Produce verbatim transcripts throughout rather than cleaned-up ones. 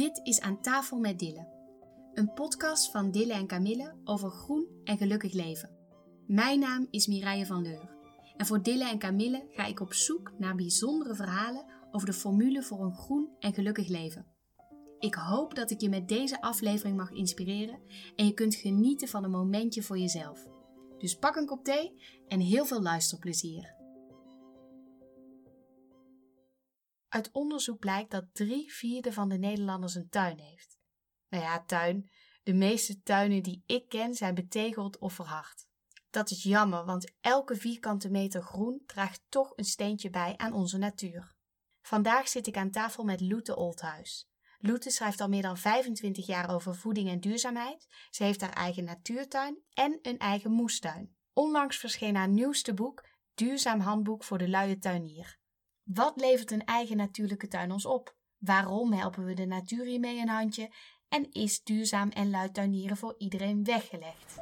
Dit is Aan tafel met Dille. Een podcast van Dille en Camille over groen en gelukkig leven. Mijn naam is Mireille van Leur. En voor Dille en Camille ga ik op zoek naar bijzondere verhalen over de formule voor een groen en gelukkig leven. Ik hoop dat ik je met deze aflevering mag inspireren en je kunt genieten van een momentje voor jezelf. Dus pak een kop thee en heel veel luisterplezier. Uit onderzoek blijkt dat drie vierde van de Nederlanders een tuin heeft. Nou ja, tuin. De meeste tuinen die ik ken zijn betegeld of verhard. Dat is jammer, want elke vierkante meter groen draagt toch een steentje bij aan onze natuur. Vandaag zit ik aan tafel met Loete Oldhuis. Loete schrijft al meer dan vijfentwintig jaar over voeding en duurzaamheid. Ze heeft haar eigen natuurtuin en een eigen moestuin. Onlangs verscheen haar nieuwste boek, Duurzaam Handboek voor de luie tuinier. Wat levert een eigen natuurlijke tuin ons op? Waarom helpen we de natuur hiermee een handje? En is duurzaam en lui tuinieren voor iedereen weggelegd?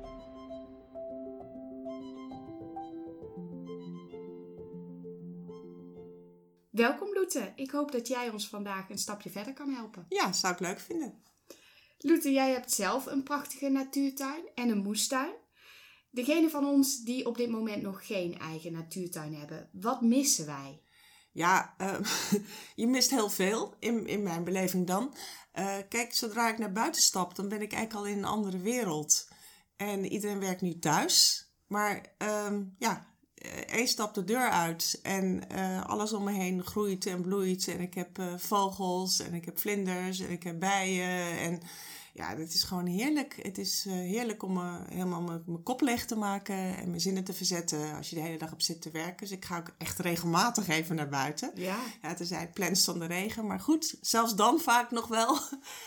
Welkom Loete, ik hoop dat jij ons vandaag een stapje verder kan helpen. Ja, zou ik leuk vinden. Loete, jij hebt zelf een prachtige natuurtuin en een moestuin. Degene van ons die op dit moment nog geen eigen natuurtuin hebben, wat missen wij? Ja, uh, je mist heel veel, in, in mijn beleving dan. Uh, kijk, zodra ik naar buiten stap, dan ben ik eigenlijk al in een andere wereld. En iedereen werkt nu thuis. Maar uh, ja, één stap de deur uit en uh, alles om me heen groeit en bloeit. En ik heb uh, vogels en ik heb vlinders en ik heb bijen. En ja, het is gewoon heerlijk. Het is uh, heerlijk om uh, helemaal mijn kop leeg te maken en mijn zinnen te verzetten als je de hele dag op zit te werken. Dus ik ga ook echt regelmatig even naar buiten. Ja. Ja, tenzij het plans van de regen. Maar goed, zelfs dan vaak nog wel.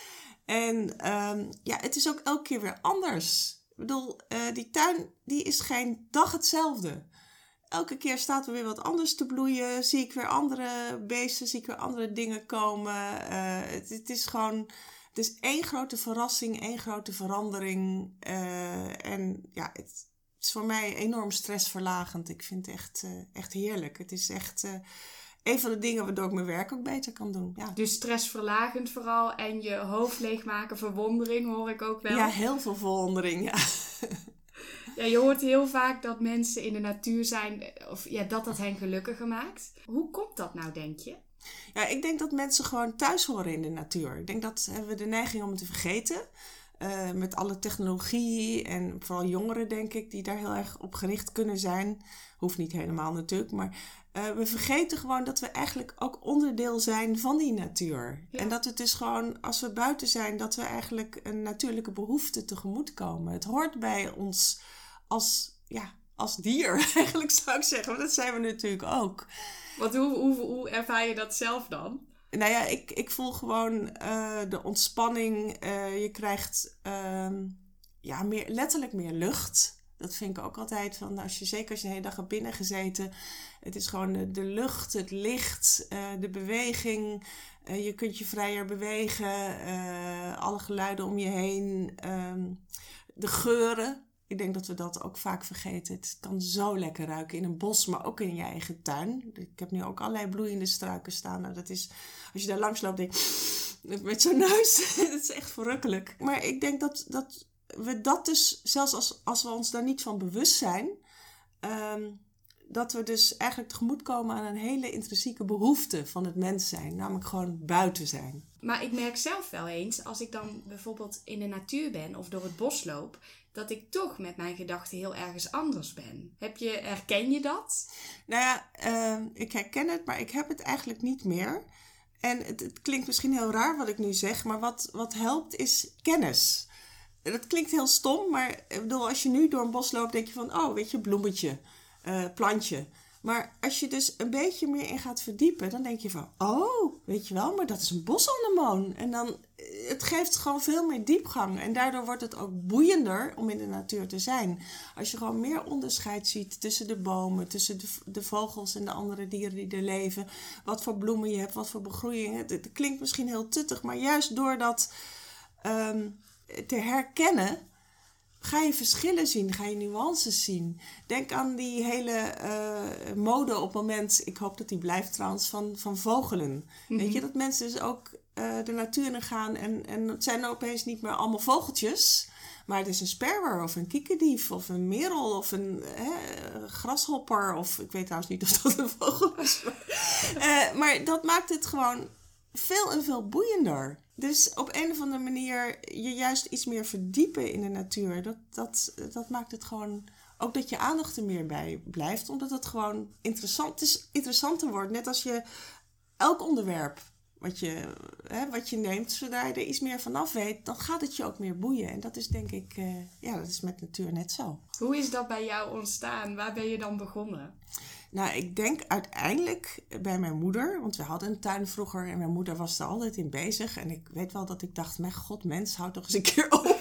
En um, ja, het is ook elke keer weer anders. Ik bedoel, uh, die tuin die is geen dag hetzelfde. Elke keer staat er weer wat anders te bloeien. Zie ik weer andere beesten, zie ik weer andere dingen komen. Uh, het, het is gewoon... Het is één grote verrassing, één grote verandering. Uh, en ja, het is voor mij enorm stressverlagend. Ik vind het echt, uh, echt heerlijk. Het is echt uh, een van de dingen waardoor ik mijn werk ook beter kan doen. Ja. Dus stressverlagend vooral en je hoofd leegmaken, verwondering hoor ik ook wel. Ja, heel veel verwondering, ja. Ja, je hoort heel vaak dat mensen in de natuur zijn, of ja, dat dat hen gelukkiger maakt. Hoe komt dat nou, denk je? Ja, ik denk dat mensen gewoon thuis horen in de natuur. Ik denk dat hebben we de neiging om het te vergeten. Uh, met alle technologie en vooral jongeren, denk ik, die daar heel erg op gericht kunnen zijn. Hoeft niet helemaal natuurlijk, maar uh, we vergeten gewoon dat we eigenlijk ook onderdeel zijn van die natuur. Ja. En dat het dus gewoon, als we buiten zijn, dat we eigenlijk een natuurlijke behoefte tegemoetkomen. Het hoort bij ons als, ja, als dier, eigenlijk zou ik zeggen. Maar dat zijn we natuurlijk ook. Want hoe, hoe, hoe ervaar je dat zelf dan? Nou ja, ik, ik voel gewoon uh, de ontspanning. Uh, je krijgt uh, ja, meer, letterlijk meer lucht. Dat vind ik ook altijd. Van als je, zeker als je de hele dag hebt binnen gezeten. Het is gewoon de, de lucht, het licht, uh, de beweging. Uh, je kunt je vrijer bewegen. Uh, alle geluiden om je heen. Uh, de geuren. Ik denk dat we dat ook vaak vergeten. Het kan zo lekker ruiken in een bos, maar ook in je eigen tuin. Ik heb nu ook allerlei bloeiende struiken staan. Nou, dat is, als je daar langs loopt, denk ik, met zo'n neus. Dat is echt verrukkelijk. Maar ik denk dat, dat we dat dus, zelfs als, als we ons daar niet van bewust zijn, um, dat we dus eigenlijk tegemoetkomen aan een hele intrinsieke behoefte van het mens zijn. Namelijk gewoon buiten zijn. Maar ik merk zelf wel eens, als ik dan bijvoorbeeld in de natuur ben of door het bos loop, dat ik toch met mijn gedachten heel ergens anders ben. Heb je, herken je dat? Nou ja, uh, ik herken het, maar ik heb het eigenlijk niet meer. En het, het klinkt misschien heel raar wat ik nu zeg, maar wat, wat helpt is kennis. Dat klinkt heel stom, maar ik bedoel, als je nu door een bos loopt, denk je van, oh, weet je, bloemetje, uh, plantje. Maar als je dus een beetje meer in gaat verdiepen, dan denk je van, oh, weet je wel, maar dat is een bosanemoon. En dan, het geeft gewoon veel meer diepgang. En daardoor wordt het ook boeiender om in de natuur te zijn. Als je gewoon meer onderscheid ziet tussen de bomen, tussen de, de vogels en de andere dieren die er leven. Wat voor bloemen je hebt, wat voor begroeiing. Het, het klinkt misschien heel tuttig, maar juist door dat um, te herkennen, ga je verschillen zien, ga je nuances zien. Denk aan die hele uh, mode op het moment, ik hoop dat die blijft trouwens, van, van vogelen. Mm-hmm. Weet je, dat mensen dus ook uh, de natuur in gaan en, en het zijn opeens niet meer allemaal vogeltjes. Maar het is een sperwer of een kiekendief of een merel of een hè, grashopper. Of ik weet trouwens niet of dat een vogel is. Maar, uh, maar dat maakt het gewoon veel en veel boeiender. Dus op een of andere manier je juist iets meer verdiepen in de natuur. Dat, dat, dat maakt het gewoon ook dat je aandacht er meer bij blijft. Omdat het gewoon interessant het is, interessanter wordt. Net als je elk onderwerp wat je, hè, wat je neemt, zodra je er iets meer vanaf weet, dan gaat het je ook meer boeien. En dat is denk ik, uh, ja, dat is met natuur net zo. Hoe is dat bij jou ontstaan? Waar ben je dan begonnen? Nou, ik denk uiteindelijk bij mijn moeder, want we hadden een tuin vroeger en mijn moeder was er altijd in bezig. En ik weet wel dat ik dacht, mijn god mens, houd toch eens een keer op.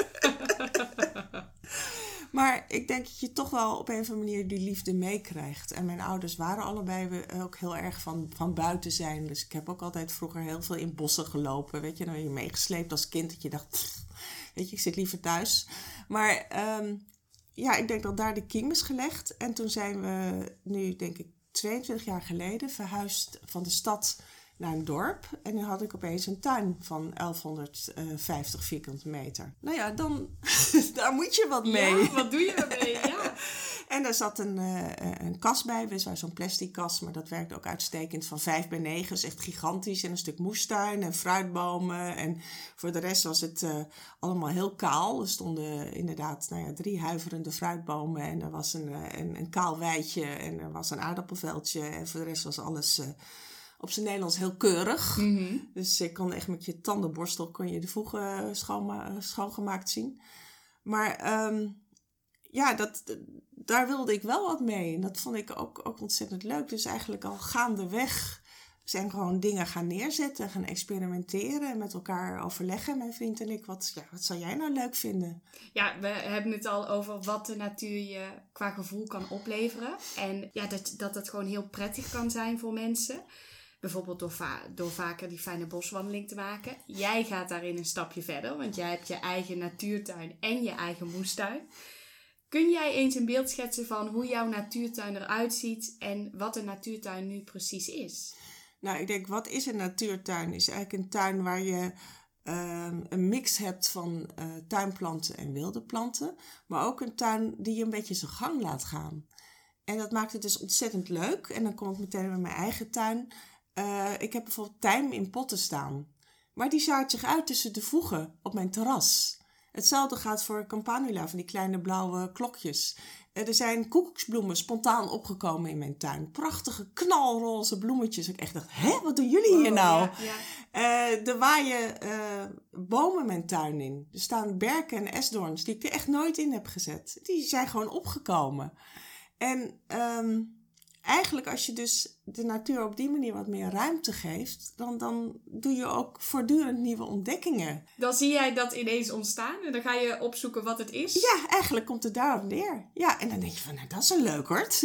Maar ik denk dat je toch wel op een of andere manier die liefde meekrijgt. En mijn ouders waren allebei ook heel erg van, van buiten zijn. Dus ik heb ook altijd vroeger heel veel in bossen gelopen. Weet je, dan ben je meegesleept als kind dat je dacht, pff, weet je, ik zit liever thuis. Maar um, ja, ik denk dat daar de kiem is gelegd. En toen zijn we nu, denk ik, tweeëntwintig jaar geleden verhuisd van de stad naar een dorp. En nu had ik opeens een tuin van elfhonderdvijftig vierkante meter. Nou ja, dan daar moet je wat mee. Ja, wat doe je ermee? Ja. En daar zat een, uh, een kas bij. We waren zo'n plastic kas, maar dat werkte ook uitstekend. Van vijf bij negen, is echt gigantisch. En een stuk moestuin en fruitbomen. En voor de rest was het uh, allemaal heel kaal. Er stonden inderdaad nou ja, drie huiverende fruitbomen. En er was een, uh, een, een kaal weidje. En er was een aardappelveldje. En voor de rest was alles Uh, op zijn Nederlands heel keurig. Mm-hmm. Dus je kon echt met je tandenborstel kon je de voegen schoonma- schoongemaakt zien. Maar um, ja, dat, daar wilde ik wel wat mee. En dat vond ik ook, ook ontzettend leuk. Dus eigenlijk al gaandeweg zijn gewoon dingen gaan neerzetten, gaan experimenteren en met elkaar overleggen, mijn vriend en ik. Wat, ja, wat zou jij nou leuk vinden? Ja, we hebben het al over wat de natuur je qua gevoel kan opleveren. En ja, dat, dat het gewoon heel prettig kan zijn voor mensen. Bijvoorbeeld door, va- door vaker die fijne boswandeling te maken. Jij gaat daarin een stapje verder, want jij hebt je eigen natuurtuin en je eigen moestuin. Kun jij eens een beeld schetsen van hoe jouw natuurtuin eruit ziet en wat een natuurtuin nu precies is? Nou, ik denk, wat is een natuurtuin? Is eigenlijk een tuin waar je uh, een mix hebt van uh, tuinplanten en wilde planten. Maar ook een tuin die je een beetje zijn gang laat gaan. En dat maakt het dus ontzettend leuk. En dan kom ik meteen bij mijn eigen tuin. Uh, ik heb bijvoorbeeld tijm in potten staan. Maar die zaait zich uit tussen de voegen op mijn terras. Hetzelfde gaat voor campanula, van die kleine blauwe klokjes. Uh, er zijn koekoeksbloemen spontaan opgekomen in mijn tuin. Prachtige knalroze bloemetjes. Ik echt dacht, hè, wat doen jullie hier nou? Oh, ja, ja. Uh, er waaien uh, bomen mijn tuin in. Er staan berken en esdoorns die ik er echt nooit in heb gezet. Die zijn gewoon opgekomen. En Um, eigenlijk als je dus de natuur op die manier wat meer ruimte geeft, dan, dan doe je ook voortdurend nieuwe ontdekkingen. Dan zie jij dat ineens ontstaan en dan ga je opzoeken wat het is? Ja, eigenlijk komt het daarop neer. Ja, en dan denk je van, nou, dat is een leukert.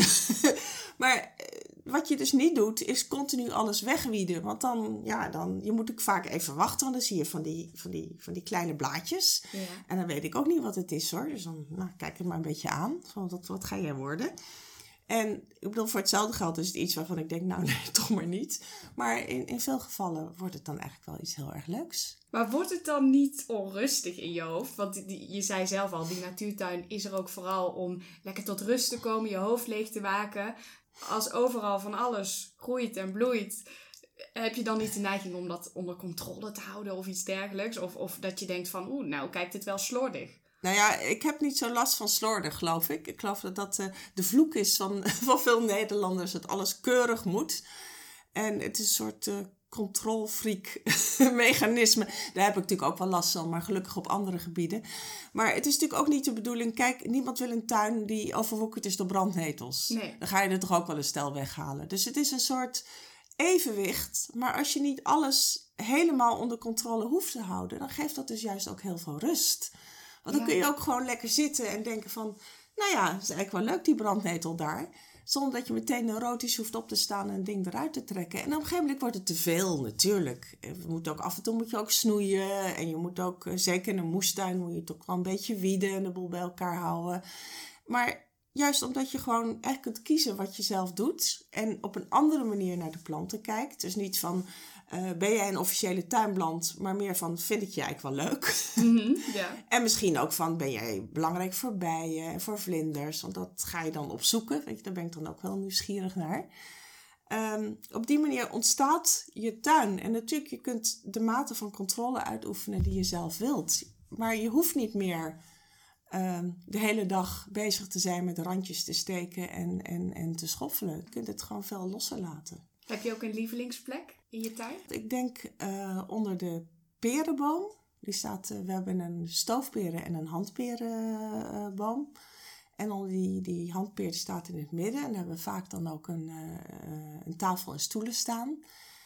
Maar wat je dus niet doet, is continu alles wegwieden. Want dan, ja, dan, je moet ook vaak even wachten, want dan zie je van die, van die, van die kleine blaadjes. Ja. En dan weet ik ook niet wat het is, hoor. Dus dan nou, kijk het maar een beetje aan. Van, wat, wat ga jij worden? En ik bedoel, voor hetzelfde geld is het iets waarvan ik denk, nou nee, toch maar niet. Maar in, in veel gevallen wordt het dan eigenlijk wel iets heel erg leuks. Maar wordt het dan niet onrustig in je hoofd? Want die, die, je zei zelf al, die natuurtuin is er ook vooral om lekker tot rust te komen, je hoofd leeg te maken. Als overal van alles groeit en bloeit, heb je dan niet de neiging om dat onder controle te houden of iets dergelijks? Of, of dat je denkt van, oeh, nou kijkt het wel slordig. Nou ja, ik heb niet zo last van slordig, geloof ik. Ik geloof dat dat uh, de vloek is van, van veel Nederlanders, dat alles keurig moet. En het is een soort uh, controlfreak mechanisme. Daar heb ik natuurlijk ook wel last van, maar gelukkig op andere gebieden. Maar het is natuurlijk ook niet de bedoeling, kijk, niemand wil een tuin die overwoekerd is door brandnetels. Nee. Dan ga je er toch ook wel een stel weghalen. Dus het is een soort evenwicht. Maar als je niet alles helemaal onder controle hoeft te houden, dan geeft dat dus juist ook heel veel rust. Want dan Ja. kun je ook gewoon lekker zitten en denken van, nou ja, het is eigenlijk wel leuk die brandnetel daar. Zonder dat je meteen neurotisch hoeft op te staan en een ding eruit te trekken. En op een gegeven moment wordt het te veel natuurlijk. We moeten ook, af en toe moet je ook snoeien. En je moet ook, zeker in een moestuin, moet je het ook wel een beetje wieden en de boel bij elkaar houden. Maar juist omdat je gewoon echt kunt kiezen wat je zelf doet. En op een andere manier naar de planten kijkt. Dus niet van, Uh, ben jij een officiële tuinplant, maar meer van, vind ik je eigenlijk wel leuk? Mm-hmm, yeah. En misschien ook van, ben jij belangrijk voor bijen en voor vlinders? Want dat ga je dan opzoeken. Weet je, daar ben ik dan ook wel nieuwsgierig naar. Um, op die manier ontstaat je tuin. En natuurlijk, je kunt de mate van controle uitoefenen die je zelf wilt. Maar je hoeft niet meer um, de hele dag bezig te zijn met randjes te steken en, en, en te schoffelen. Je kunt het gewoon veel losser laten. Heb je ook een lievelingsplek in je tuin? Ik denk uh, onder de perenboom. Die staat, uh, we hebben een stoofperen en een handperenboom. Uh, en onder die, die handpeer die staat in het midden. En daar hebben we vaak dan ook een, uh, een tafel en stoelen staan.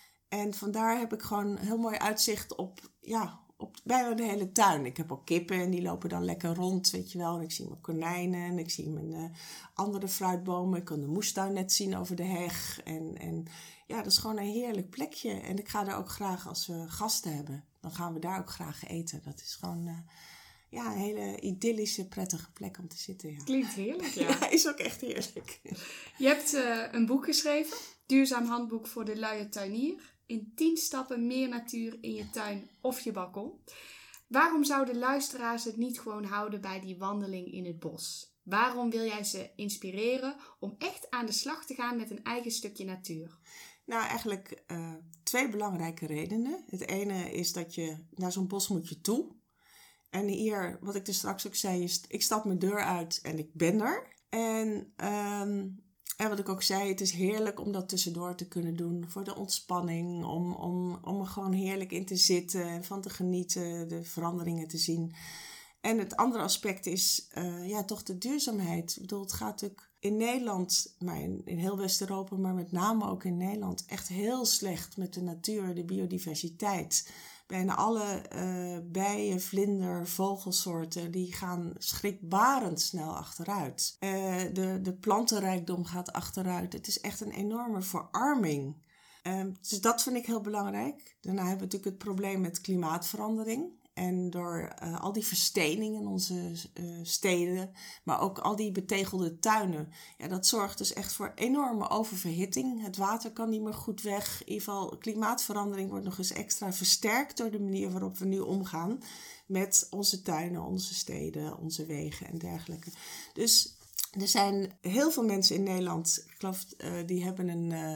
En vandaar heb ik gewoon een heel mooi uitzicht op, ja, op bijna de hele tuin. Ik heb ook kippen en die lopen dan lekker rond, weet je wel. En ik zie mijn konijnen en ik zie mijn uh, andere fruitbomen. Ik kan de moestuin net zien over de heg. En, en ja, dat is gewoon een heerlijk plekje. En ik ga daar ook graag, als we gasten hebben, dan gaan we daar ook graag eten. Dat is gewoon uh, ja, een hele idyllische, prettige plek om te zitten. Ja. Klinkt heerlijk, ja. Ja, is ook echt heerlijk. Je hebt uh, een boek geschreven, Duurzaam handboek voor de luie tuinier. In tien stappen meer natuur in je tuin of je balkon. Waarom zouden luisteraars het niet gewoon houden bij die wandeling in het bos? Waarom wil jij ze inspireren om echt aan de slag te gaan met een eigen stukje natuur? Nou, eigenlijk uh, twee belangrijke redenen. Het ene is dat je naar zo'n bos moet je toe. En hier, wat ik er straks ook zei, is ik stap mijn deur uit en ik ben er. En... Um, En wat ik ook zei, het is heerlijk om dat tussendoor te kunnen doen voor de ontspanning. Om, om, om er gewoon heerlijk in te zitten en van te genieten, de veranderingen te zien. En het andere aspect is uh, ja, toch de duurzaamheid. Ik bedoel, het gaat natuurlijk in Nederland, maar in, in heel West-Europa, maar met name ook in Nederland, echt heel slecht met de natuur, de biodiversiteit. Bijna alle uh, bijen, vlinder, vogelsoorten, die gaan schrikbarend snel achteruit. Uh, de, de plantenrijkdom gaat achteruit. Het is echt een enorme verarming. Uh, dus dat vind ik heel belangrijk. Daarna hebben we natuurlijk het probleem met klimaatverandering. En door uh, al die verstening in onze uh, steden, maar ook al die betegelde tuinen. Ja, dat zorgt dus echt voor enorme oververhitting. Het water kan niet meer goed weg. In ieder geval, klimaatverandering wordt nog eens extra versterkt door de manier waarop we nu omgaan met onze tuinen, onze steden, onze wegen en dergelijke. Dus er zijn heel veel mensen in Nederland, ik geloof, uh, die hebben een, uh,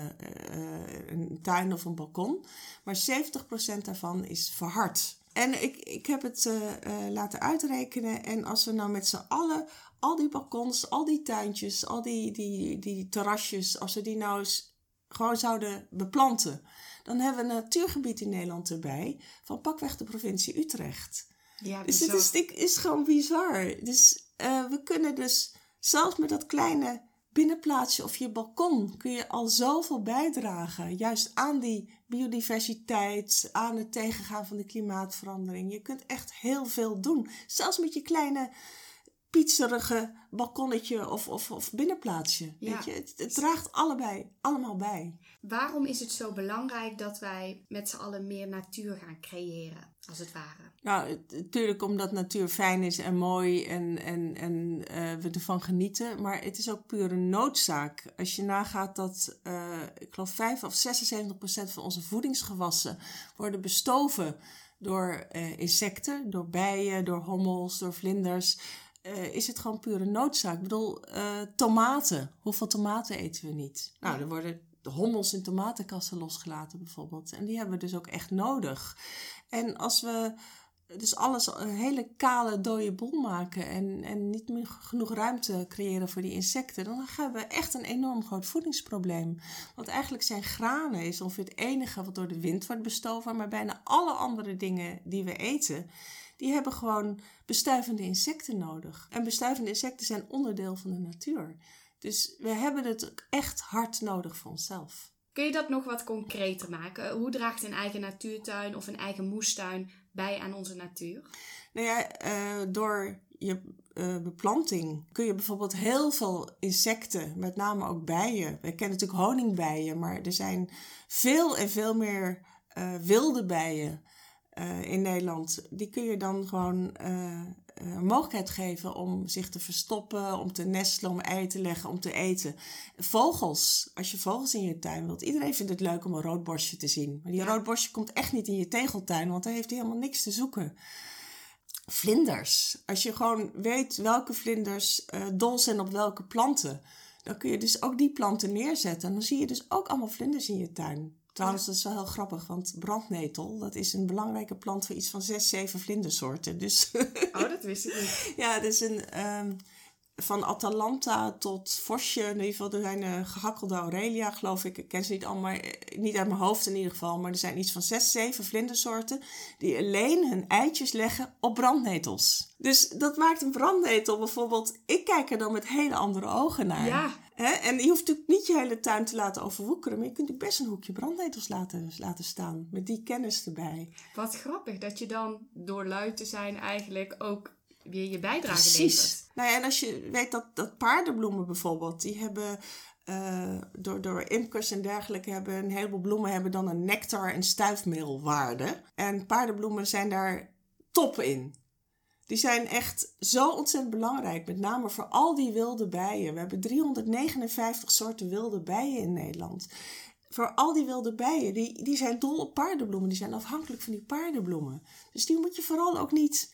uh, een tuin of een balkon. Maar zeventig procent daarvan is verhard. En ik, ik heb het uh, uh, laten uitrekenen. En als we nou met z'n allen al die balkons, al die tuintjes, al die, die, die terrasjes, als we die nou eens gewoon zouden beplanten, dan hebben we een natuurgebied in Nederland erbij van pakweg de provincie Utrecht. Ja, dus het is, dit is gewoon bizar. Dus uh, we kunnen dus zelfs met dat kleine binnenplaatsje of je balkon kun je al zoveel bijdragen. Juist aan die biodiversiteit, aan het tegengaan van de klimaatverandering. Je kunt echt heel veel doen. Zelfs met je kleine pietserige balkonnetje of, of, of binnenplaatsje. Ja. Weet je? Het, het draagt allebei, allemaal bij. Waarom is het zo belangrijk dat wij met z'n allen meer natuur gaan creëren, als het ware? Nou, natuurlijk omdat natuur fijn is en mooi en, en, en uh, we ervan genieten. Maar het is ook pure noodzaak. Als je nagaat dat, uh, ik geloof, vijf of zesenzeventig procent van onze voedingsgewassen worden bestoven door uh, insecten, door bijen, door hommels, door vlinders. Uh, is het gewoon pure noodzaak. Ik bedoel, uh, tomaten. Hoeveel tomaten eten we niet? Nou, ja. Er worden de hommels in tomatenkassen losgelaten bijvoorbeeld. En die hebben we dus ook echt nodig. En als we dus alles een hele kale, dode boel maken en, en niet meer genoeg ruimte creëren voor die insecten, dan hebben we echt een enorm groot voedingsprobleem. Want eigenlijk zijn granen is ongeveer het enige wat door de wind wordt bestoven, maar bijna alle andere dingen die we eten, die hebben gewoon bestuivende insecten nodig. En bestuivende insecten zijn onderdeel van de natuur. Dus we hebben het echt hard nodig voor onszelf. Kun je dat nog wat concreter maken? Hoe draagt een eigen natuurtuin of een eigen moestuin bij aan onze natuur? Nou ja, uh, door je uh, beplanting kun je bijvoorbeeld heel veel insecten, met name ook bijen. We kennen natuurlijk honingbijen, maar er zijn veel en veel meer uh, wilde bijen uh, in Nederland. Die kun je dan gewoon uh, een mogelijkheid geven om zich te verstoppen, om te nestelen, om ei te leggen, om te eten. Vogels, als je vogels in je tuin wilt. Iedereen vindt het leuk om een roodborstje te zien. Maar die Ja. roodborstje komt echt niet in je tegeltuin, want daar heeft hij helemaal niks te zoeken. Vlinders. Als je gewoon weet welke vlinders uh, dol zijn op welke planten, dan kun je dus ook die planten neerzetten. En dan zie je dus ook allemaal vlinders in je tuin. Trouwens, Ja. dat is wel heel grappig, want brandnetel, dat is een belangrijke plant voor iets van zes, zeven vlindersoorten. Dus Oh, dat wist ik niet. ja, het is een, um, van Atalanta tot Vosje, in ieder geval, er zijn uh, gehakkelde Aurelia, geloof ik. Ik ken ze niet allemaal, niet uit mijn hoofd in ieder geval, maar er zijn iets van zes, zeven vlindersoorten die alleen hun eitjes leggen op brandnetels. Dus dat maakt een brandnetel bijvoorbeeld, ik kijk er dan met hele andere ogen naar. Ja. He? En je hoeft natuurlijk niet je hele tuin te laten overwoekeren, maar je kunt best een hoekje brandnetels laten, laten staan, met die kennis erbij. Wat grappig, dat je dan door lui te zijn eigenlijk ook weer je bijdrage Precies. levert. Nou ja, en als je weet dat, dat paardenbloemen bijvoorbeeld, die hebben uh, door, door imkers en dergelijke, hebben een heleboel bloemen hebben dan een nectar- en stuifmeelwaarde. En paardenbloemen zijn daar top in. Die zijn echt zo ontzettend belangrijk, met name voor al die wilde bijen. We hebben driehonderdnegenenvijftig soorten wilde bijen in Nederland. Voor al die wilde bijen, die, die zijn dol op paardenbloemen. Die zijn afhankelijk van die paardenbloemen. Dus die moet je vooral ook niet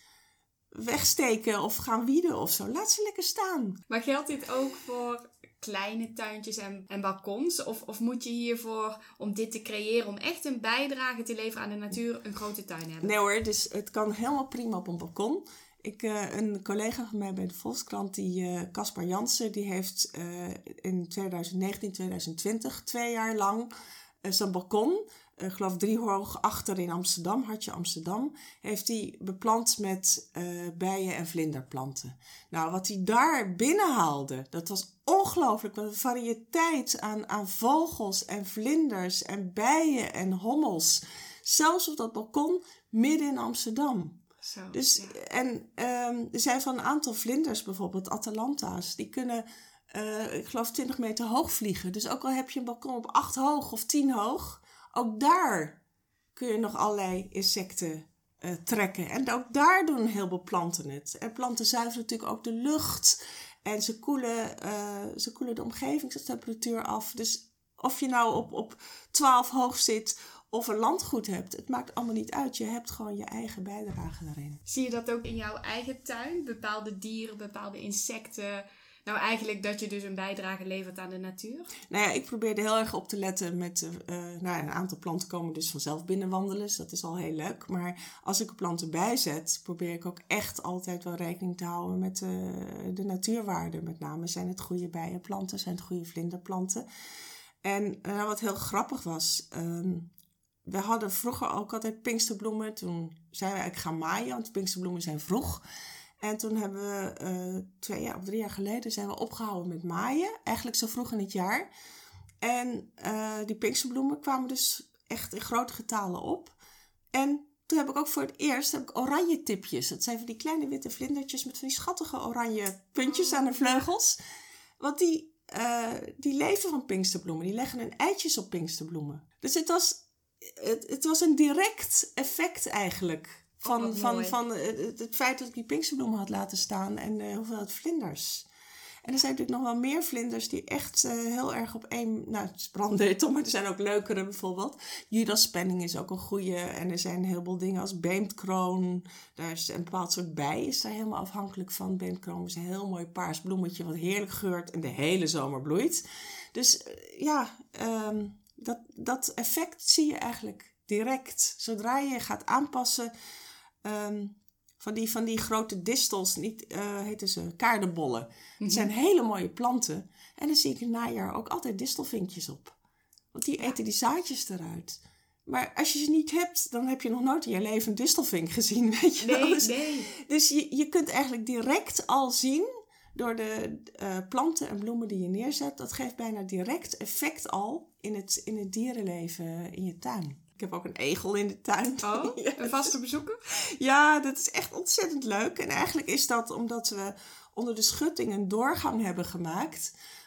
wegsteken of gaan wieden of zo. Laat ze lekker staan. Maar geldt dit ook voor kleine tuintjes en, en balkons? Of, of moet je hiervoor, om dit te creëren, om echt een bijdrage te leveren aan de natuur, een grote tuin hebben? Nee hoor, dus het kan helemaal prima op een balkon. Ik, uh, een collega van mij bij de Volkskrant, die Caspar uh, Jansen, die heeft uh, in twintig negentien twintig twintig twee jaar lang uh, zijn balkon, ik uh, geloof drie hoog achter in Amsterdam, Hartje Amsterdam, heeft hij beplant met uh, bijen- en vlinderplanten. Nou, wat hij daar binnenhaalde, dat was ongelooflijk. Wat een variëteit aan, aan vogels en vlinders en bijen en hommels. Zelfs op dat balkon midden in Amsterdam. Zo, dus, ja. En um, er zijn van een aantal vlinders, bijvoorbeeld Atalanta's, die kunnen, uh, ik geloof, twintig meter hoog vliegen. Dus ook al heb je een balkon op acht hoog of tien hoog, ook daar kun je nog allerlei insecten uh, trekken. En ook daar doen een heleboel planten het. En planten zuiveren natuurlijk ook de lucht. En ze koelen, uh, ze koelen de omgevingstemperatuur af. Dus of je nou op, op twaalf hoog zit of een landgoed hebt, het maakt allemaal niet uit. Je hebt gewoon je eigen bijdrage daarin. Zie je dat ook in jouw eigen tuin? Bepaalde dieren, bepaalde insecten? Nou, eigenlijk dat je dus een bijdrage levert aan de natuur? Nou ja, ik probeerde heel erg op te letten met, uh, nou, een aantal planten komen dus vanzelf binnenwandelen. Dus dat is al heel leuk. Maar als ik er planten bijzet, probeer ik ook echt altijd wel rekening te houden met uh, de natuurwaarden. Met name zijn het goede bijenplanten, zijn het goede vlinderplanten. En uh, wat heel grappig was, um, we hadden vroeger ook altijd pinksterbloemen. Toen zijn we eigenlijk gaan maaien, want pinksterbloemen zijn vroeg. En toen hebben we uh, twee jaar of drie jaar geleden zijn we opgehouden met maaien. Eigenlijk zo vroeg in het jaar. En uh, die pinksterbloemen kwamen dus echt in grote getalen op. En toen heb ik ook voor het eerst heb ik oranje tipjes. Dat zijn van die kleine witte vlindertjes met van die schattige oranje puntjes aan de vleugels. Want die, uh, die leven van pinksterbloemen. Die leggen hun eitjes op pinksterbloemen. Dus het was, het, het was een direct effect eigenlijk. Van, oh, van, van het, het feit dat ik die pinksterbloemen had laten staan en uh, hoeveelheid vlinders. En er zijn natuurlijk nog wel meer vlinders die echt uh, heel erg op één, nou het is brandnetel, maar er zijn ook leukere bijvoorbeeld. Judaspenning is ook een goeie en er zijn een heleboel dingen als beemdkroon. Daar is een bepaald soort bij, is daar helemaal afhankelijk van. Beemdkroon is een heel mooi paars bloemetje wat heerlijk geurt en de hele zomer bloeit. Dus uh, ja, um, dat, dat effect zie je eigenlijk direct. Zodra je gaat aanpassen. Um, van, die, van die grote distels, niet, uh, heten ze kaardenbollen. Mm-hmm. Het zijn hele mooie planten. En dan zie ik in het najaar ook altijd distelvinkjes op. Want die eten die zaadjes eruit. Maar als je ze niet hebt, dan heb je nog nooit in je leven een distelvink gezien. Weet je nee, wel? Dus, nee. dus je, je kunt eigenlijk direct al zien, door de uh, planten en bloemen die je neerzet, dat geeft bijna direct effect al in het, in het dierenleven in je tuin. Ik heb ook een egel in de tuin. Oh, ja, een vaste bezoeker? Ja, dat is echt ontzettend leuk. En eigenlijk is dat omdat we onder de schutting een doorgang hebben gemaakt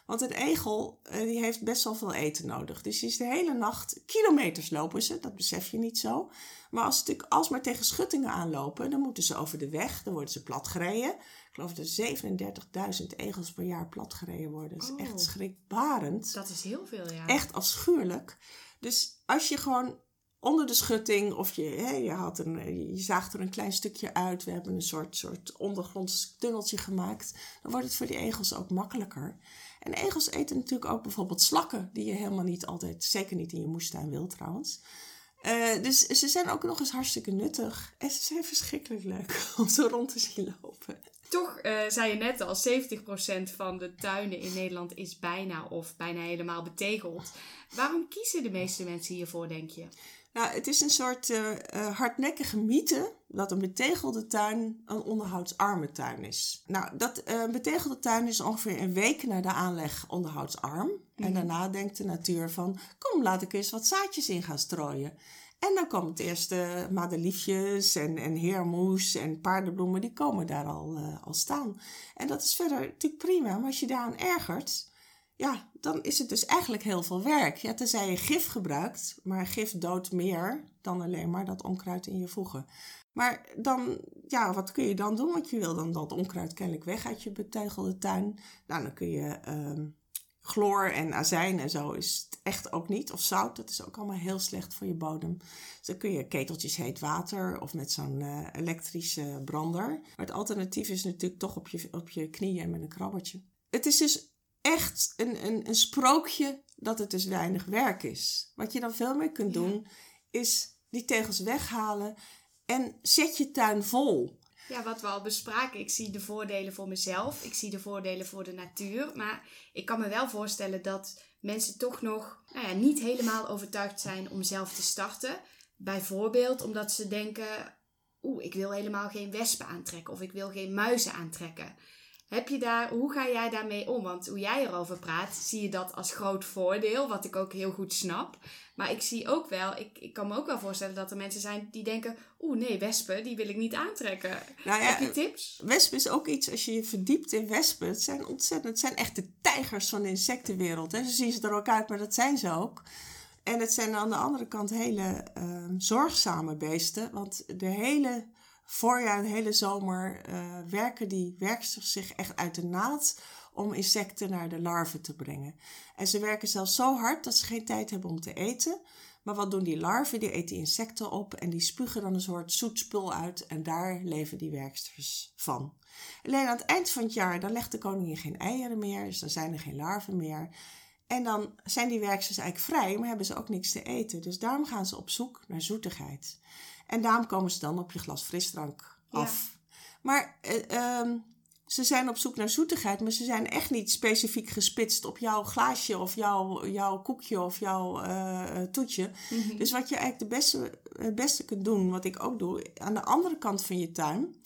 Want een egel uh, die heeft best wel veel eten nodig. Dus die is de hele nacht, kilometers lopen ze, dat besef je niet zo. Maar als ze natuurlijk alsmaar tegen schuttingen aanlopen, dan moeten ze over de weg, dan worden ze platgereden. Ik geloof dat er zevenendertigduizend egels per jaar platgereden worden. Dat is Oh. echt schrikbarend. Dat is heel veel, ja. Echt afschuwelijk. Dus als je gewoon onder de schutting, of je, hè, je, had een, je zaagt er een klein stukje uit, we hebben een soort, soort ondergronds tunneltje gemaakt, dan wordt het voor die egels ook makkelijker. En egels eten natuurlijk ook bijvoorbeeld slakken, die je helemaal niet altijd, zeker niet in je moestuin wil trouwens. Uh, dus ze zijn ook nog eens hartstikke nuttig. En ze zijn verschrikkelijk leuk om zo rond te zien lopen. Toch uh, zei je net al, zeventig procent van de tuinen in Nederland is bijna of bijna helemaal betegeld. Waarom kiezen de meeste mensen hiervoor, denk je? Nou, het is een soort uh, uh, hardnekkige mythe dat een betegelde tuin een onderhoudsarme tuin is. Nou, dat uh, een betegelde tuin is ongeveer een week na de aanleg onderhoudsarm. Mm. En daarna denkt de natuur van, kom, laat ik eens wat zaadjes in gaan strooien. En dan komen het eerste madeliefjes en, en heermoes en paardenbloemen, die komen daar al, uh, al staan. En dat is verder natuurlijk prima, maar als je daaraan ergert, ja, dan is het dus eigenlijk heel veel werk. Ja, tenzij je gif gebruikt, maar gif doodt meer dan alleen maar dat onkruid in je voegen. Maar dan, ja, wat kun je dan doen? Want je wil dan dat onkruid kennelijk weg uit je betegelde tuin. Nou, dan kun je um, chloor en azijn en zo is het echt ook niet. Of zout, dat is ook allemaal heel slecht voor je bodem. Dus dan kun je keteltjes heet water of met zo'n uh, elektrische brander. Maar het alternatief is natuurlijk toch op je, op je knieën en met een krabbertje. Het is dus echt een, een, een sprookje dat het dus weinig werk is. Wat je dan veel meer kunt doen, ja, is die tegels weghalen en zet je tuin vol. Ja, wat we al bespraken. Ik zie de voordelen voor mezelf. Ik zie de voordelen voor de natuur. Maar ik kan me wel voorstellen dat mensen toch nog nou ja, niet helemaal overtuigd zijn om zelf te starten. Bijvoorbeeld omdat ze denken, oeh, ik wil helemaal geen wespen aantrekken of ik wil geen muizen aantrekken. Heb je daar, hoe ga jij daarmee om? Want hoe jij erover praat, zie je dat als groot voordeel, wat ik ook heel goed snap. Maar ik zie ook wel, ik, ik kan me ook wel voorstellen dat er mensen zijn die denken, oeh nee, wespen, die wil ik niet aantrekken. Nou ja, heb je tips? Wespen is ook iets, als je je verdiept in wespen, het zijn ontzettend, het zijn echt de tijgers van de insectenwereld. Hè. Zo zien ze er ook uit, maar dat zijn ze ook. En het zijn aan de andere kant hele uh, zorgzame beesten, want de hele voorjaar en de hele zomer uh, werken die werksters zich echt uit de naad om insecten naar de larven te brengen. En ze werken zelfs zo hard dat ze geen tijd hebben om te eten. Maar wat doen die larven? Die eten insecten op en die spugen dan een soort zoet spul uit en daar leven die werksters van. Alleen aan het eind van het jaar, dan legt de koningin geen eieren meer, dus dan zijn er geen larven meer. En dan zijn die werksters eigenlijk vrij, maar hebben ze ook niks te eten. Dus daarom gaan ze op zoek naar zoetigheid. En daarom komen ze dan op je glas frisdrank af. Ja. Maar uh, um, ze zijn op zoek naar zoetigheid, maar ze zijn echt niet specifiek gespitst op jouw glaasje of jouw, jouw koekje of jouw uh, toetje. Mm-hmm. Dus wat je eigenlijk de beste, het beste kunt doen, wat ik ook doe, aan de andere kant van je tuin,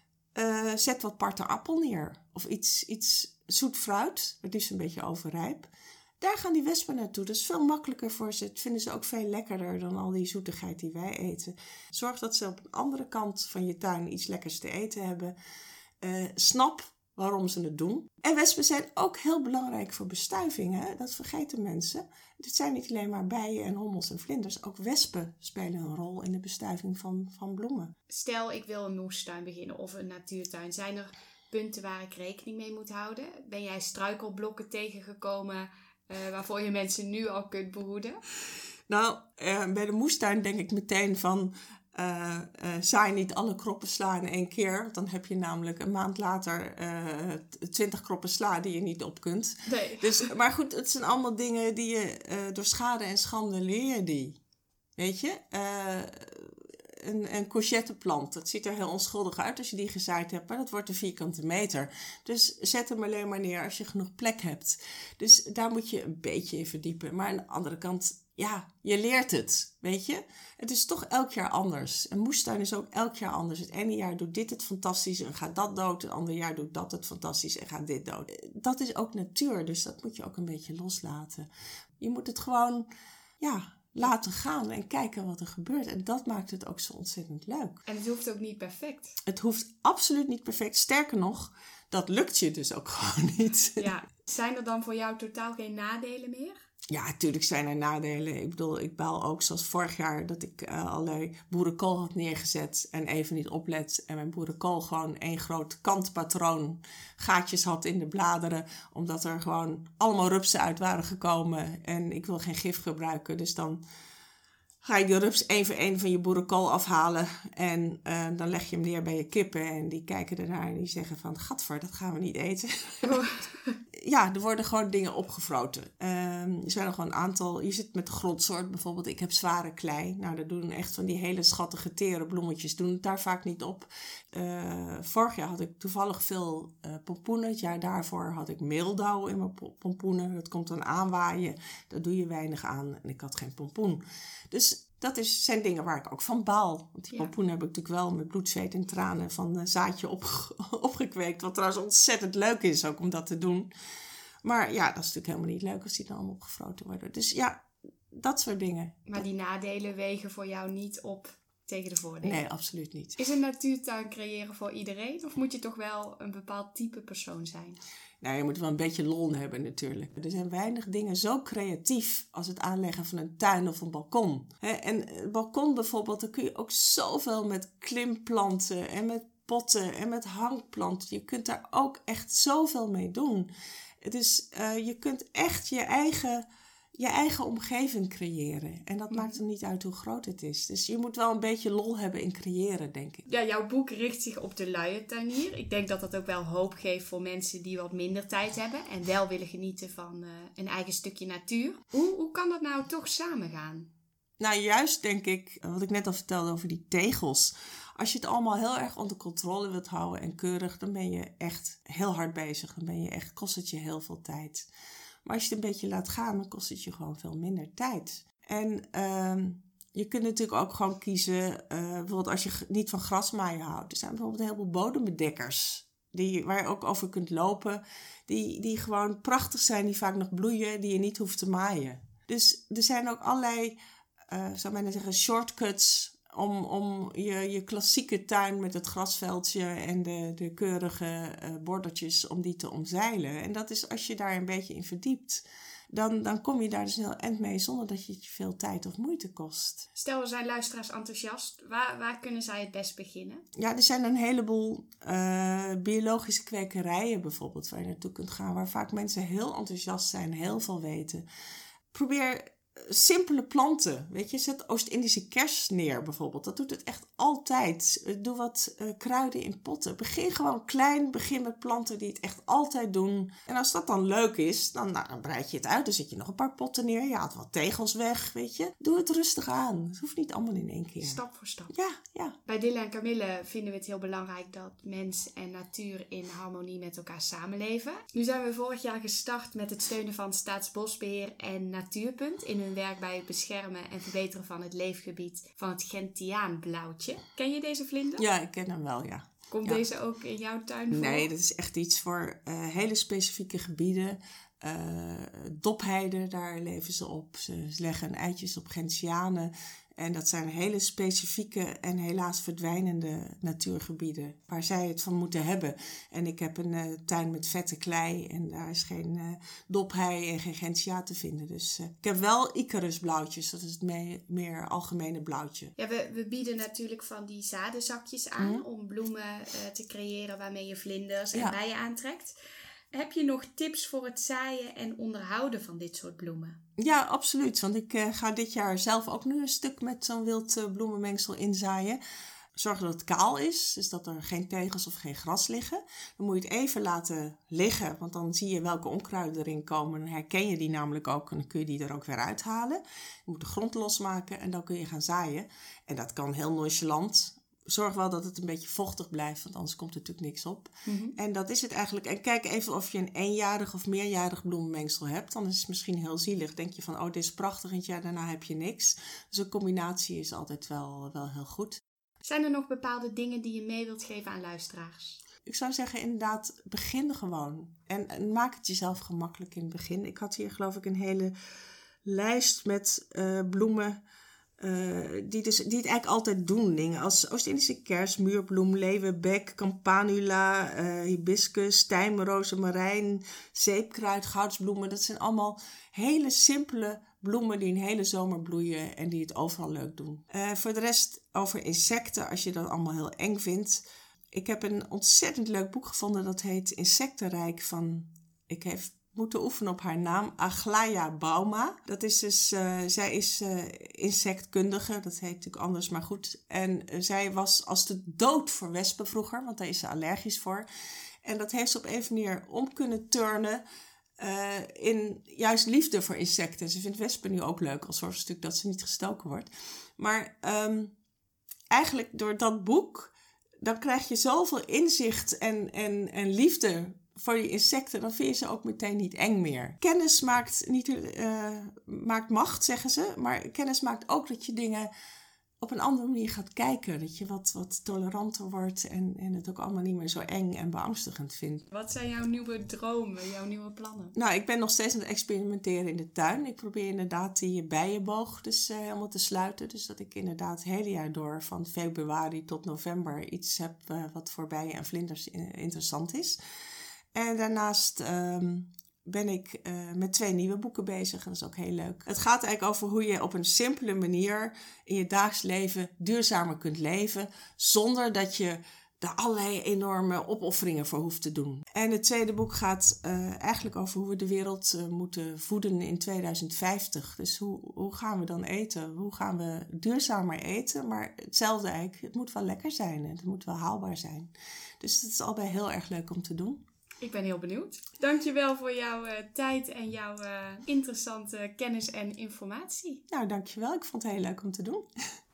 uh, zet wat parten appel neer. Of iets, iets zoet fruit, het liefst een beetje overrijp. Daar gaan die wespen naartoe. Dat is veel makkelijker voor ze. Dat vinden ze ook veel lekkerder dan al die zoetigheid die wij eten. Zorg dat ze op een andere kant van je tuin iets lekkers te eten hebben. Uh, snap waarom ze het doen. En wespen zijn ook heel belangrijk voor bestuiving. Hè? Dat vergeten mensen. Dit zijn niet alleen maar bijen en hommels en vlinders. Ook wespen spelen een rol in de bestuiving van, van bloemen. Stel, ik wil een moestuin beginnen of een natuurtuin. Zijn er punten waar ik rekening mee moet houden? Ben jij struikelblokken tegengekomen Uh, waarvoor je mensen nu al kunt behoeden? Nou, uh, bij de moestuin denk ik meteen van uh, uh, zaai niet alle kroppen sla in één keer. Want dan heb je namelijk een maand later twintig uh, kroppen sla die je niet op kunt. Nee. Dus, maar goed, het zijn allemaal dingen die je uh, door schade en schande leer je die. Weet je? Uh, Een, een courgetteplant, dat ziet er heel onschuldig uit als je die gezaaid hebt, maar dat wordt een vierkante meter. Dus zet hem alleen maar neer als je genoeg plek hebt. Dus daar moet je een beetje in verdiepen. Maar aan de andere kant, ja, je leert het, weet je. Het is toch elk jaar anders. Een moestuin is ook elk jaar anders. Het ene jaar doet dit het fantastisch en gaat dat dood. Het andere jaar doet dat het fantastisch en gaat dit dood. Dat is ook natuur, dus dat moet je ook een beetje loslaten. Je moet het gewoon, ja, laten gaan en kijken wat er gebeurt. En dat maakt het ook zo ontzettend leuk. En het hoeft ook niet perfect. Het hoeft absoluut niet perfect. Sterker nog, dat lukt je dus ook gewoon niet. Ja, Zijn er dan voor jou totaal geen nadelen meer? Ja, natuurlijk zijn er nadelen. Ik bedoel, ik baal ook zoals vorig jaar dat ik uh, allerlei boerenkool had neergezet en even niet oplet. En mijn boerenkool gewoon één groot kantpatroon gaatjes had in de bladeren. Omdat er gewoon allemaal rupsen uit waren gekomen. En ik wil geen gif gebruiken. Dus dan ga je die rups één voor één van je boerenkool afhalen. En uh, dan leg je hem neer bij je kippen. En die kijken ernaar en die zeggen van, gadver, dat gaan we niet eten. Oh. Ja, er worden gewoon dingen opgevroten. Um, er zijn nog wel een aantal. Je zit met de grondsoort bijvoorbeeld. Ik heb zware klei. Nou, daar doen echt van die hele schattige tere bloemetjes. Doen het daar vaak niet op. Uh, vorig jaar had ik toevallig veel uh, pompoenen. Het jaar daarvoor had ik meeldauw in mijn pompoenen. Dat komt dan aanwaaien. Daar doe je weinig aan. En ik had geen pompoen. Dus dat is, zijn dingen waar ik ook van baal. Want die ja. pompoenen heb ik natuurlijk wel met bloed, zweet en tranen van een zaadje op, opgekweekt. Wat trouwens ontzettend leuk is ook om dat te doen. Maar ja, dat is natuurlijk helemaal niet leuk als die dan allemaal opgefroten worden. Dus ja, dat soort dingen. Maar die nadelen wegen voor jou niet op tegen de voordelen? Nee, absoluut niet. Is een natuurtuin creëren voor iedereen? Of moet je toch wel een bepaald type persoon zijn? Nou, je moet wel een beetje lol hebben natuurlijk. Er zijn weinig dingen zo creatief als het aanleggen van een tuin of een balkon. En een balkon bijvoorbeeld, daar kun je ook zoveel met klimplanten en met potten en met hangplanten. Je kunt daar ook echt zoveel mee doen. Dus uh, je kunt echt je eigen, je eigen omgeving creëren. En dat maakt er niet uit hoe groot het is. Dus je moet wel een beetje lol hebben in creëren, denk ik. Ja, jouw boek richt zich op de luie tuinier. Ik denk dat dat ook wel hoop geeft voor mensen die wat minder tijd hebben. En wel willen genieten van uh, een eigen stukje natuur. Hoe, hoe kan dat nou toch samengaan? Nou, juist denk ik, wat ik net al vertelde over die tegels. Als je het allemaal heel erg onder controle wilt houden en keurig, dan ben je echt heel hard bezig. Dan ben je echt, kost het je heel veel tijd. Maar als je het een beetje laat gaan, dan kost het je gewoon veel minder tijd. En uh, je kunt natuurlijk ook gewoon kiezen, uh, bijvoorbeeld als je niet van grasmaaien houdt. Er zijn bijvoorbeeld een heleboel bodembedekkers die, waar je ook over kunt lopen. Die, die gewoon prachtig zijn, die vaak nog bloeien, die je niet hoeft te maaien. Dus er zijn ook allerlei, uh, zou men zeggen, shortcuts om, om je, je klassieke tuin met het grasveldje en de, de keurige uh, bordertjes, om die te omzeilen. En dat is, als je daar een beetje in verdiept, dan, dan kom je daar dus heel eind mee zonder dat je het je veel tijd of moeite kost. Stel, er zijn luisteraars enthousiast. Waar, waar kunnen zij het best beginnen? Ja, er zijn een heleboel uh, biologische kwekerijen bijvoorbeeld waar je naartoe kunt gaan, waar vaak mensen heel enthousiast zijn, heel veel weten. Probeer simpele planten, weet je, zet Oost-Indische kers neer bijvoorbeeld. Dat doet het echt altijd. Doe wat uh, kruiden in potten. Begin gewoon klein, begin met planten die het echt altijd doen. En als dat dan leuk is, dan, nou, dan breid je het uit. Dan zet je nog een paar potten neer. Je haalt wat tegels weg, weet je. Doe het rustig aan. Het hoeft niet allemaal in één keer. Stap voor stap. Ja, ja. Bij Dilla en Camille vinden we het heel belangrijk dat mens en natuur in harmonie met elkaar samenleven. Nu zijn we vorig jaar gestart met het steunen van Staatsbosbeheer en Natuurpunt in hun werk bij het beschermen en verbeteren van het leefgebied van het Gentiaanblauwtje. Ken je deze vlinder? Ja, ik ken hem wel, ja. Komt ja. deze ook in jouw tuin voor? Nee, dat is echt iets voor uh, hele specifieke gebieden. Uh, dopheide, daar leven ze op. Ze leggen eitjes op gentianen. En dat zijn hele specifieke en helaas verdwijnende natuurgebieden waar zij het van moeten hebben. En ik heb een uh, tuin met vette klei en daar is geen uh, dophei en geen gentiaan te vinden. Dus uh, ik heb wel Icarusblauwtjes, dat is het me- meer algemene blauwtje. Ja, we, we bieden natuurlijk van die zadenzakjes aan mm. om bloemen uh, te creëren waarmee je vlinders en ja. bijen aantrekt. Heb je nog tips voor het zaaien en onderhouden van dit soort bloemen? Ja, absoluut. Want ik uh, ga dit jaar zelf ook nu een stuk met zo'n wild uh, bloemenmengsel inzaaien. Zorg dat het kaal is, dus dat er geen tegels of geen gras liggen. Dan moet je het even laten liggen, want dan zie je welke onkruiden erin komen. Dan herken je die namelijk ook en dan kun je die er ook weer uithalen. Je moet de grond losmaken en dan kun je gaan zaaien. En dat kan heel nonchalant. Zorg wel dat het een beetje vochtig blijft, want anders komt er natuurlijk niks op. Mm-hmm. En dat is het eigenlijk. En kijk even of je een eenjarig of meerjarig bloemenmengsel hebt. Dan is het misschien heel zielig. Denk je van, oh, dit is prachtig en het jaar daarna heb je niks. Dus een combinatie is altijd wel, wel heel goed. Zijn er nog bepaalde dingen die je mee wilt geven aan luisteraars? Ik zou zeggen, inderdaad, begin gewoon. En, en maak het jezelf gemakkelijk in het begin. Ik had hier geloof ik een hele lijst met uh, bloemen Uh, die, dus, die het eigenlijk altijd doen. Dingen als Oost-Indische kers, muurbloem, leeuwenbek, campanula, uh, hibiscus, tijm, rozemarijn, zeepkruid, goudsbloemen. Dat zijn allemaal hele simpele bloemen die een hele zomer bloeien en die het overal leuk doen. Uh, voor de rest over insecten, als je dat allemaal heel eng vindt. Ik heb een ontzettend leuk boek gevonden, dat heet Insectenrijk van... Ik heb moeten oefenen op haar naam, Aglaya Bauma. Dat is dus, uh, zij is uh, insectkundige, dat heet natuurlijk anders, maar goed. En uh, zij was als de dood voor wespen vroeger, want daar is ze allergisch voor. En dat heeft ze op een of andere manier om kunnen turnen uh, in juist liefde voor insecten. Ze vindt wespen nu ook leuk, al zorgt ze natuurlijk dat ze niet gestoken wordt. Maar um, eigenlijk door dat boek, dan krijg je zoveel inzicht en, en, en liefde voor die insecten, dan vind je ze ook meteen niet eng meer. Kennis maakt, niet, uh, maakt macht, zeggen ze. Maar kennis maakt ook dat je dingen op een andere manier gaat kijken. Dat je wat, wat toleranter wordt en, en het ook allemaal niet meer zo eng en beangstigend vindt. Wat zijn jouw nieuwe dromen, jouw nieuwe plannen? Nou, ik ben nog steeds aan het experimenteren in de tuin. Ik probeer inderdaad die bijenboog dus uh, helemaal te sluiten. Dus dat ik inderdaad het hele jaar door van februari tot november iets heb uh, wat voor bijen en vlinders in, interessant is. En daarnaast um, ben ik uh, met twee nieuwe boeken bezig. En dat is ook heel leuk. Het gaat eigenlijk over hoe je op een simpele manier in je dagelijks leven duurzamer kunt leven. Zonder dat je daar allerlei enorme opofferingen voor hoeft te doen. En het tweede boek gaat uh, eigenlijk over hoe we de wereld uh, moeten voeden in tweeduizend vijftig. Dus hoe, hoe gaan we dan eten? Hoe gaan we duurzamer eten? Maar hetzelfde eigenlijk. Het moet wel lekker zijn en het moet wel haalbaar zijn. Dus het is allebei heel erg leuk om te doen. Ik ben heel benieuwd. Dankjewel voor jouw uh, tijd en jouw uh, interessante kennis en informatie. Nou, dankjewel. Ik vond het heel leuk om te doen.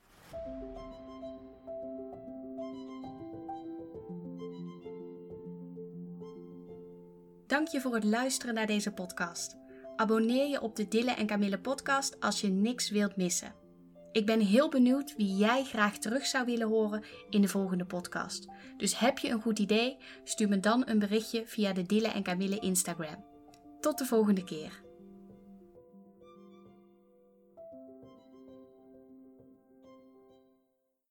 Dank je voor het luisteren naar deze podcast. Abonneer je op de Dille en Camille podcast als je niks wilt missen. Ik ben heel benieuwd wie jij graag terug zou willen horen in de volgende podcast. Dus heb je een goed idee? Stuur me dan een berichtje via de Dille en Camille Instagram. Tot de volgende keer.